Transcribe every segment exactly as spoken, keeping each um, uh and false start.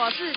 我是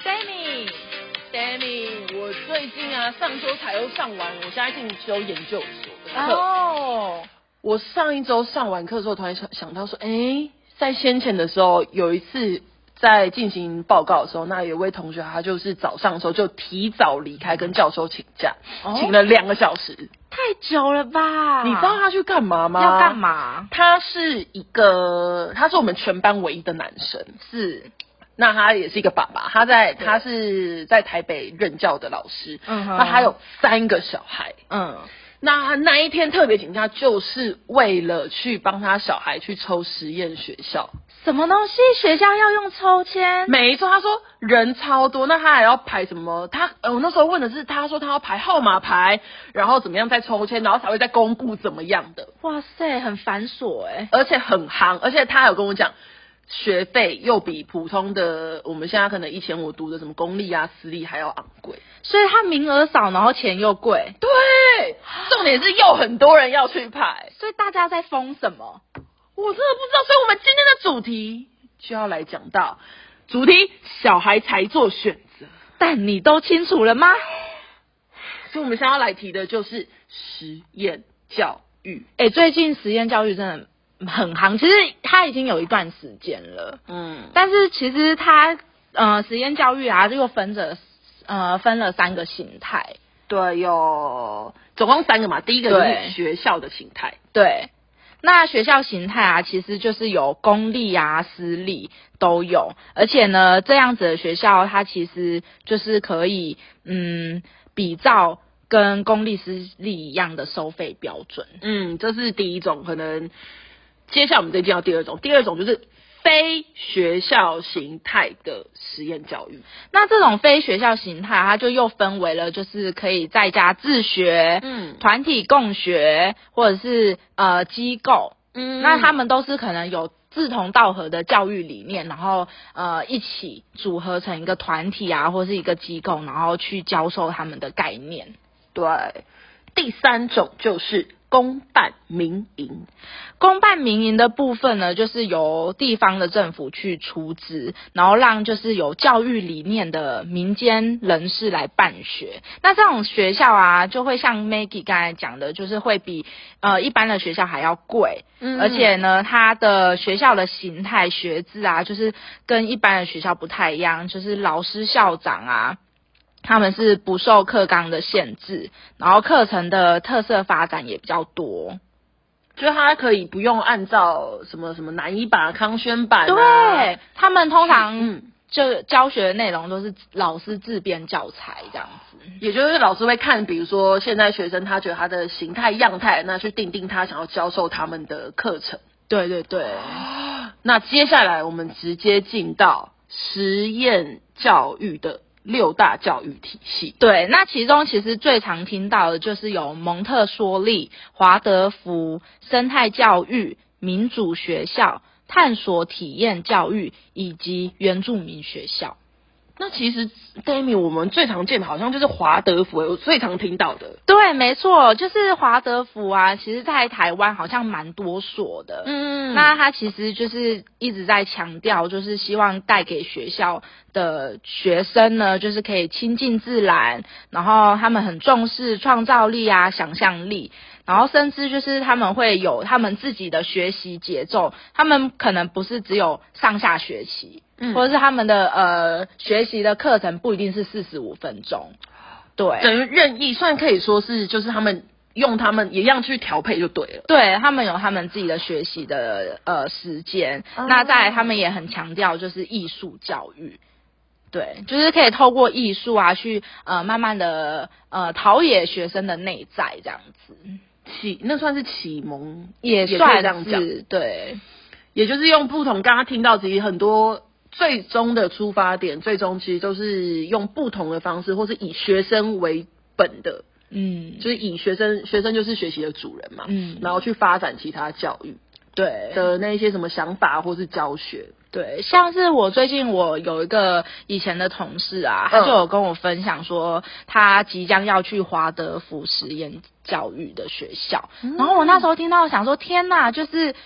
Demi。Demi， 我最近啊，上周才又上完，我现在进修研究所的课。 哦， 我上一周上完课之后，突然想想到说，哎，在先前的时候有一次在进行报告的时候，那有位同学他就是早上的时候就提早离开，跟教授请假， 哦、 请了两个小时。 太久了吧？ 你知道他去干嘛吗？ 要干嘛？ 他是一个，他是我们全班唯一的男生， 是。 那他也是一个爸爸，他在他是在台北任教的老师， 嗯哼， 那他有三个小孩， 嗯， 那他那一天特别请假，就是为了去帮他小孩去抽实验学校。 什么东西？学校要用抽签？ 没错，他说人超多，那他还要排什么？他呃，我那时候问的是，他说他要排号码牌，然后怎么样再抽签，然后才会再公布怎么样的。 哇塞，很繁琐哎， 而且很夯，而且他还有跟我讲。学费又比普通的我们现在可能以前我读的什么公立啊私立还要昂贵， 所以他名额少，然后钱又贵。 对，重点是又很多人要去排， 所以大家在疯什么？ 我真的不知道。所以我们今天的主题就要来讲到主题小孩才做选择， 但你都清楚了吗？ 所以我们现在要来提的就是实验教育。 哎、欸，最近实验教育真的很夯，其实它已经有一段时间了， 嗯， 但是其实它呃实验教育啊，又分着呃分了三个形态， 对，有总共三个嘛，第一个就是学校的形态， 对，那学校形态啊，其实就是有公立啊、私立都有，而且呢，这样子的学校它其实就是可以嗯比照跟公立私立一样的收费标准， 嗯，这是第一种可能。接下来我们再见到第二种，第二种就是非学校形态的实验教育。 那这种非学校形态，它就又分为了，就是可以在家自学，嗯，团体共学，或者是呃机构，嗯，那他们都是可能有志同道合的教育理念，然后呃一起组合成一个团体啊，或是一个机构，然后去教授他们的概念。 对，第三种就是公办民营。 公办民营的部分呢，就是由地方的政府去出资，然后让就是有教育理念的民间人士来办学。那这种学校啊，就会像 Maggie 刚才讲的，就是会比呃一般的学校还要贵，嗯，而且呢，它的学校的形态、学制啊，就是跟一般的学校不太一样，就是老师、校长啊。他们是不受课纲的限制，然后课程的特色发展也比较多， 就是他可以不用按照什么什么南一版、康轩版、啊， 对，他们通常嗯就教学的内容都是老师自编教材这样子， 也就是老师会看，比如说现在学生他觉得他的形态样态，那去定定他想要教授他们的课程。 对对对， 那接下来我们直接进到实验教育的六大教育体系。 对，那其中其实最常听到的就是有蒙特梭利、华德福、生态教育、民主学校、探索体验教育以及原住民学校。 那其实 Demi 我们最常见的好像就是华德福，我最常听到的。 对，没错，就是华德福啊，其实在台湾好像蛮多所的。嗯，那他其实就是一直在强调，就是希望带给学校的学生呢，就是可以亲近自然，然后他们很重视创造力啊、想象力。然后甚至就是他们会有他们自己的学习节奏，他们可能不是只有上下学期，嗯，或者是他们的呃学习的课程不一定是四十五分钟，对， 等于任意，算可以说是就是他们用他们一样去调配就对了， 对，他们有他们自己的学习的呃时间，哦，那再来他们也很强调就是艺术教育。对，就是可以透过艺术啊，去呃慢慢的呃陶冶学生的内在这样子。 启那算是启蒙， 也算是这样讲， 对， 也就是用不同。刚刚听到其实很多最终的出发点，最终其实都是用不同的方式，或是以学生为本的，嗯，就是以学生学生就是学习的主人嘛，嗯，然后去发展其他教育，对的那一些什么想法或是教学。 对，像是我最近我有一个以前的同事啊，他就有跟我分享说，他即将要去华德福实验教育的学校，嗯，然后我那时候听到想说，天哪，就是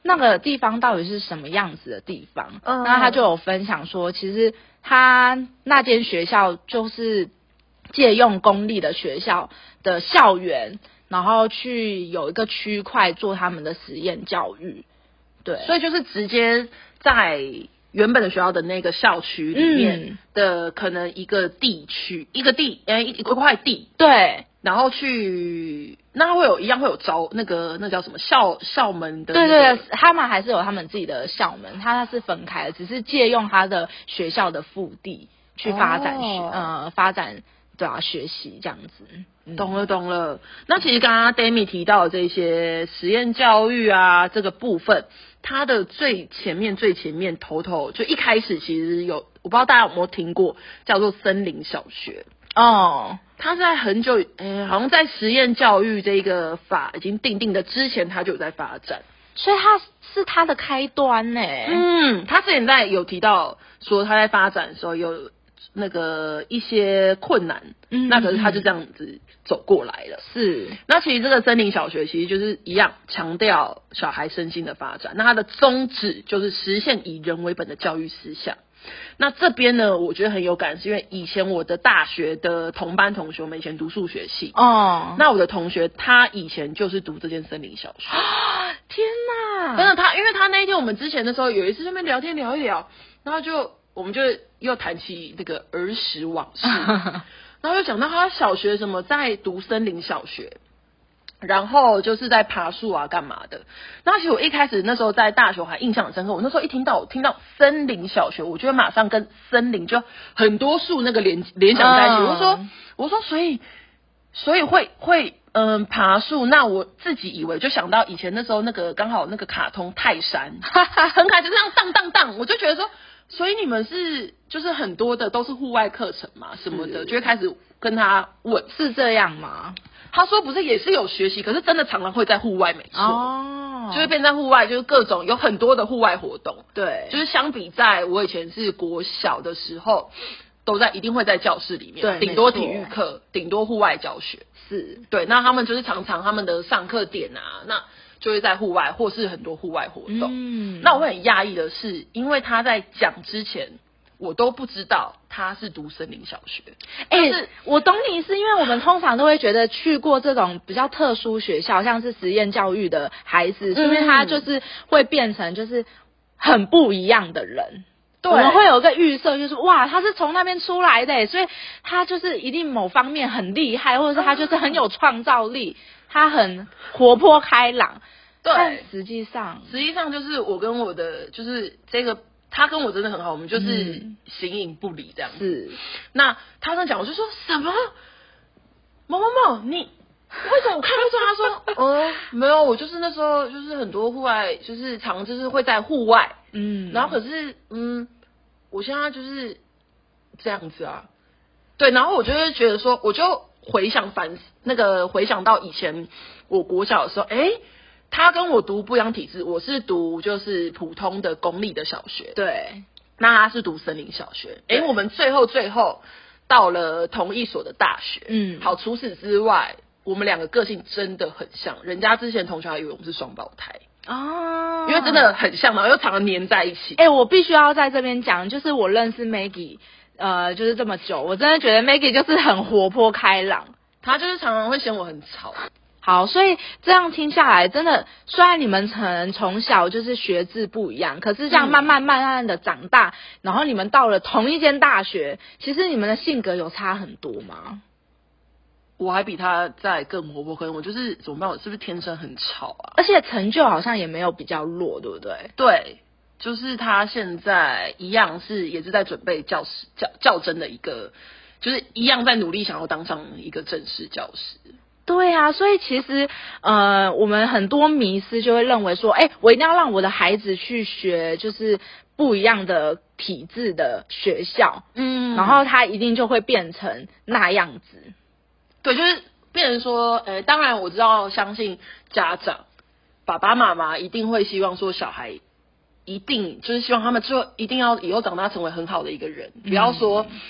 那个地方到底是什么样子的地方。 嗯， 那他就有分享说，其实他那间学校就是借用公立的学校的校园，然后去有一个区块做他们的实验教育。对， 所以就是直接在原本的学校的那个校区里面的可能一个地区、嗯、一个地呃一一块地， 对， 然后去那会有一样会有招那个那叫什么校校门的、那个， 个， 对对，他们还是有他们自己的校门，它是分开的，只是借用他的学校的腹地去发展学、哦、呃发展对啊学习这样子。 懂了懂了。那其实刚刚 Demi 提到的这些实验教育啊这个部分，它的最前面最前面头头就一开始其实有，我不知道大家有没有听过叫做森林小学哦。 它在很久诶、欸，好像在实验教育这个法已经定定的之前，它就有在发展， 所以它是它的开端呢。 嗯，他之前在有提到说他在发展的时候有那个一些困难，嗯，那可是他就这样子走过来了。 是， 那其实这个森林小学其实就是一样强调小孩身心的发展，那它的宗旨就是实现以人为本的教育思想。那这边呢，我觉得很有感，是因为以前我的大学的同班同学，我们以前读数学系哦，那我的同学他以前就是读这间森林小学。 天哪， 真的他，因为他那一天我们之前的时候有一次这边聊天聊一聊，然后就我们就又谈起那个儿时往事，然后又讲到他小学什么在读森林小学。然后就是在爬树啊，干嘛的？那其实我一开始那时候在大学我还印象很深刻，我那时候一听到我听到森林小学，我就会马上跟森林就很多树那个联联想在一起。嗯、我说我说所以所以会会嗯爬树，那我自己以为就想到以前那时候那个刚好那个卡通泰山，很可爱，就这样荡荡荡，我就觉得说，所以你们是就是很多的都是户外课程嘛什么的，就会开始跟他问是这样吗？ 他说不是，也是有学习，可是真的常常会在户外，没错，哦，就是变在户外，就是各种有很多的户外活动， 对， 就是相比在我以前是国小的时候，都在一定会在教室里面， 对， 顶多体育课，顶多户外教学， 是对，那他们就是常常他们的上课点啊，那就会在户外或是很多户外活动，嗯，那我会很讶异的是，因为他在讲之前。我都不知道他是读森林小学， 哎、欸，我懂你，是因为我们通常都会觉得去过这种比较特殊学校，像是实验教育的孩子，是因为他就是会变成就是很不一样的人。对，我们会有个预设，就是哇，他是从那边出来的，所以他就是一定某方面很厉害，或者是他就是很有创造力，他很活泼开朗。 对， 但实际上， 实际上就是我跟我的就是这个。他跟我真的很好，我们就是形影不离这样子。是，那他在讲，我就说什么某某某，你为什么我看不出？他说，哦，没有，我就是那时候就是很多户外，就是常就是会在户外，嗯，然后可是嗯，我现在就是这样子啊，对，然后我就会觉得说，我就回想反那个回想到以前我国小的时候，哎。他跟我读不一样体制，我是读就是普通的公立的小学， 对， 那他是读森林小学。哎，我们最后最后到了同一所的大学，嗯，好，除此之外，我们两个个性真的很像，人家之前同学还以为我们是双胞胎哦，因为真的很像嘛，又常常黏在一起。 哎，我必须要在这边讲，就是我认识 Maggie， 呃，就是这么久，我真的觉得 Maggie 就是很活泼开朗， 她就是常常会嫌我很吵。 好，所以这样听下来，真的，虽然你们可能从小就是学制不一样，可是这样慢慢慢慢的长大，嗯、然后你们到了同一间大学，其实你们的性格有差很多吗？ 我还比他再更活泼，可能我就是怎么办？我是不是天生很吵啊？ 而且成就好像也没有比较弱，对不对？ 对，就是他现在一样是也是在准备教师教教甄的一个，就是一样在努力想要当上一个正式教师。 对啊，所以其实呃，我们很多迷思就会认为说，哎，我一定要让我的孩子去学，就是不一样的体制的学校，嗯，然后他一定就会变成那样子。 对，就是变成说，呃，当然我知道，相信家长爸爸妈妈一定会希望说，小孩一定就是希望他们之后一定要以后长大成为很好的一个人，不要说。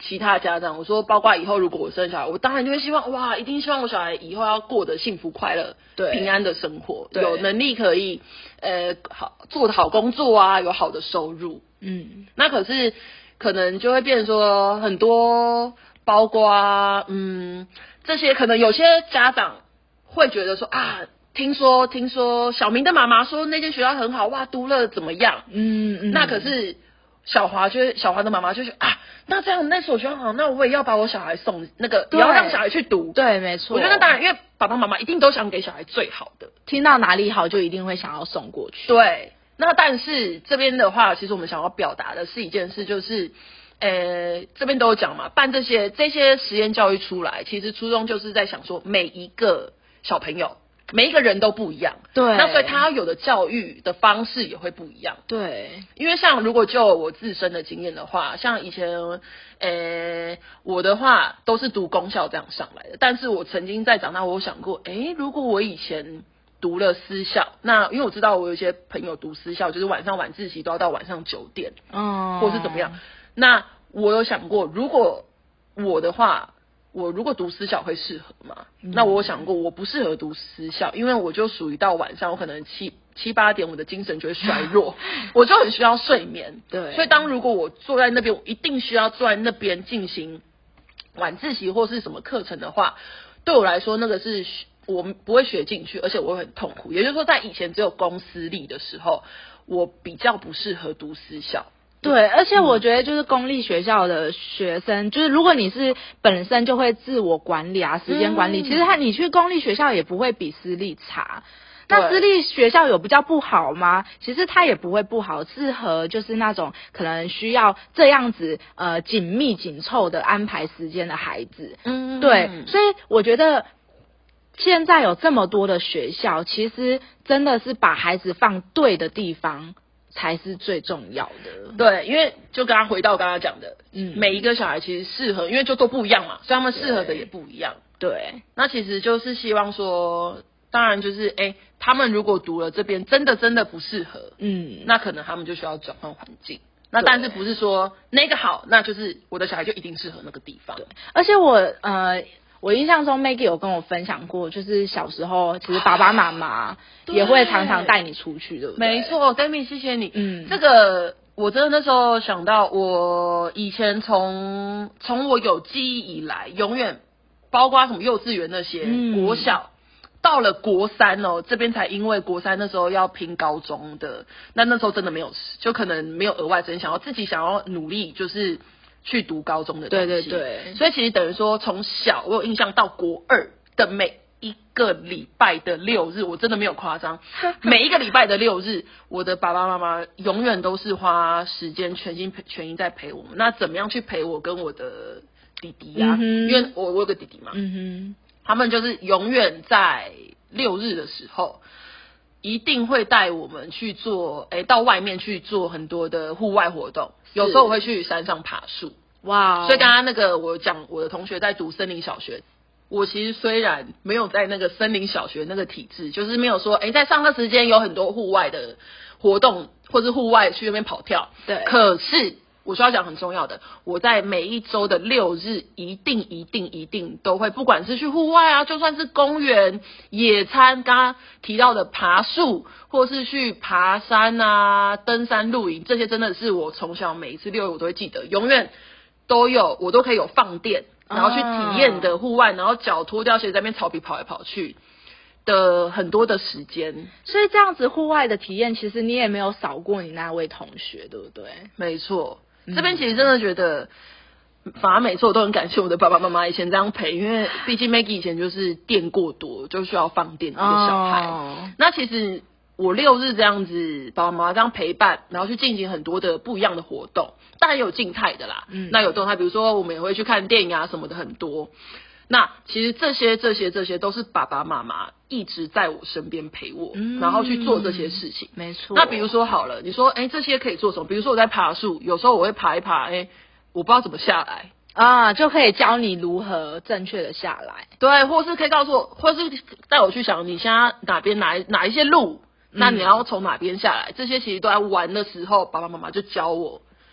其他家长，我说包括以后如果我生小孩，我当然就会希望哇，一定希望我小孩以后要过得幸福快乐、对平安的生活，有能力可以呃好做好工作啊，有好的收入。嗯，那可是可能就会变成说很多包括嗯这些，可能有些家长会觉得说啊。听说听说小明的妈妈说那间学校很好哇，读了怎么样？嗯嗯。那可是小华就小华的妈妈就觉得啊，那这样那所学校好，那我也要把我小孩送那个，也要让小孩去读。 对，没错。 我觉得当然，因为爸爸妈妈一定都想给小孩最好的， 听到哪里好就一定会想要送过去。 对。那但是这边的话，其实我们想要表达的是一件事，就是。呃，这边都有讲嘛，办这些这些实验教育出来，其实初衷就是在想说，每一个小朋友。每一个人都不一样， 对， 那所以他有的教育的方式也会不一样， 对， 因为像如果就我自身的经验的话，像以前，呃，我的话都是读公校这样上来的，但是我曾经在长大，我有想过，诶，如果我以前读了私校，那因为我知道我有一些朋友读私校，就是晚上晚自习都要到晚上九点，嗯，或是怎么样，那我有想过，如果我的话。我如果读私校会适合吗？嗯、那我有想过，我不适合读私校，因为我就属于到晚上，我可能七七八点，我的精神就会衰弱，我就很需要睡眠。对，所以当如果我坐在那边，我一定需要坐在那边进行晚自习或是什么课程的话，对我来说，那个是我不会学进去，而且我会很痛苦。也就是说，在以前只有公私立的时候，我比较不适合读私校。 对，而且我觉得就是公立学校的学生，嗯、就是如果你是本身就会自我管理啊，时间管理，嗯、其实他你去公立学校也不会比私立差。那私立学校有比较不好吗？其实它也不会不好，适合就是那种可能需要这样子呃紧密紧凑的安排时间的孩子。嗯，对，所以我觉得现在有这么多的学校，其实真的是把孩子放对的地方。才是最重要的。 对，因为就刚刚回到刚刚讲的，嗯，每一个小孩其实适合，因为就都不一样嘛，所以他们适合的也不一样。 对， 那其实就是希望说，当然就是哎、欸，他们如果读了这边真的真的不适合，嗯，那可能他们就需要转换环境。那但是不是说那个好，那就是我的小孩就一定适合那个地方。 对，而且我呃。我印象中 Maggie 有跟我分享过，就是小时候其实爸爸妈妈也会常常带你出去，对不对？ 没错 ，Demi 谢谢你。嗯，这个我真的那时候想到，我以前从从我有记忆以来，永远包括什么幼稚园那些，嗯、国小到了国三哦，这边才因为国三那时候要拼高中的，那那时候真的没有，就可能没有额外真想要自己想要努力，就是。去读高中的东西， 对对对， 所以其实等于说，从小我有印象到国二的每一个礼拜的六日，我真的没有夸张，每一个礼拜的六日，我的爸爸妈妈永远都是花时间全心全意在陪我们。那怎么样去陪我跟我的弟弟啊？嗯、因为我我有个弟弟嘛，嗯哼，他们就是永远在六日的时候。一定会带我们去做，诶，到外面去做很多的户外活动。有时候我会去山上爬树，哇！所以刚刚那个我讲我的同学在读森林小学，我其实虽然没有在那个森林小学那个体制，就是没有说，诶，在上课时间有很多户外的活动，或是户外去那边跑跳，对，可是。我需要讲很重要的，我在每一周的六日，一定一定一定都会，不管是去户外啊，就算是公园野餐，刚刚提到的爬树，或是去爬山啊、登山露营，这些真的是我从小每一次六日我都会记得，永远都有，我都可以有放电，然后去体验的户外，然后脚脱掉鞋在那边草皮跑来跑去。的很多的时间， 所以这样子户外的体验，其实你也没有少过你那位同学，对不对？ 没错。这边其实真的觉得，反而每次我都很感谢我的爸爸妈妈以前这样陪，因为毕竟 Maggie 以前就是电过多，就需要放电的一个小孩。哦、那其实我六日这样子，爸爸妈妈这样陪伴，然后去进行很多的不一样的活动，当然有静态的啦。嗯，那有动态，比如说我们也会去看电影啊什么的很多。那其实这些这些这些都是爸爸妈妈一直在我身边陪我，嗯、然后去做这些事情。 没错。 那比如说好了，你说哎这些可以做什么？比如说我在爬树，有时候我会爬一爬，哎我不知道怎么下来啊，就可以教你如何正确的下来。 对，或是可以告诉我，或是带我去想你现在哪边哪哪一些路，那你要从哪边下来，这些其实都在玩的时候，爸爸妈妈就教我。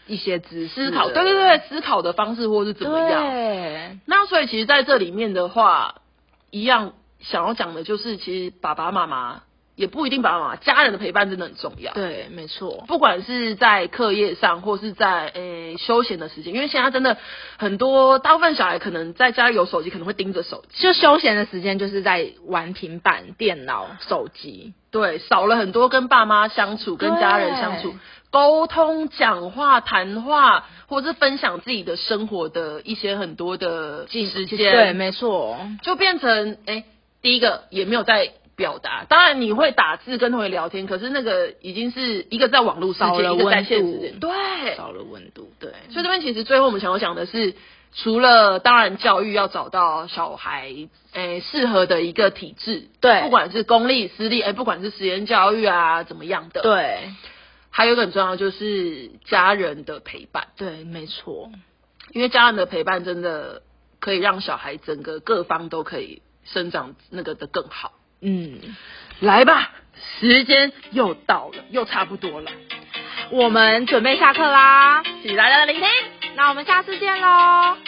一些知识思考，对对对，思考的方式或是怎么样。 对， 那所以其实在这里面的话，一样想要讲的就是，其实爸爸妈妈也不一定爸爸妈妈，家人的陪伴真的很重要。 对，没错， 不管是在课业上，或是在诶、欸、休闲的时间，因为现在真的很多大部分小孩可能在家里有手机，可能会盯着手机， 就休闲的时间就是在玩平板、电脑、手机， 对，少了很多跟爸妈相处、跟家人相处、沟通、讲话、谈话，或是分享自己的生活的一些很多的时间。 对，没错， 就变成诶、欸，第一个也没有在表达，当然你会打字跟同学聊天，可是那个已经是一个在网络世界，一个在现实世界，对， 少了温度，对。 所以这边其实最后我们想要讲的是，除了当然教育要找到小孩诶适合的一个体制， 对， 不管是公立私立，诶不管是实验教育啊怎么样的， 对， 还有一个很重要就是家人的陪伴， 对，没错， 因为家人的陪伴真的可以让小孩整个各方都可以生长那个的更好。 嗯， 来吧，时间又到了，又差不多了， 我们准备下课啦， 谢谢大家的聆听， 那我们下次见喽。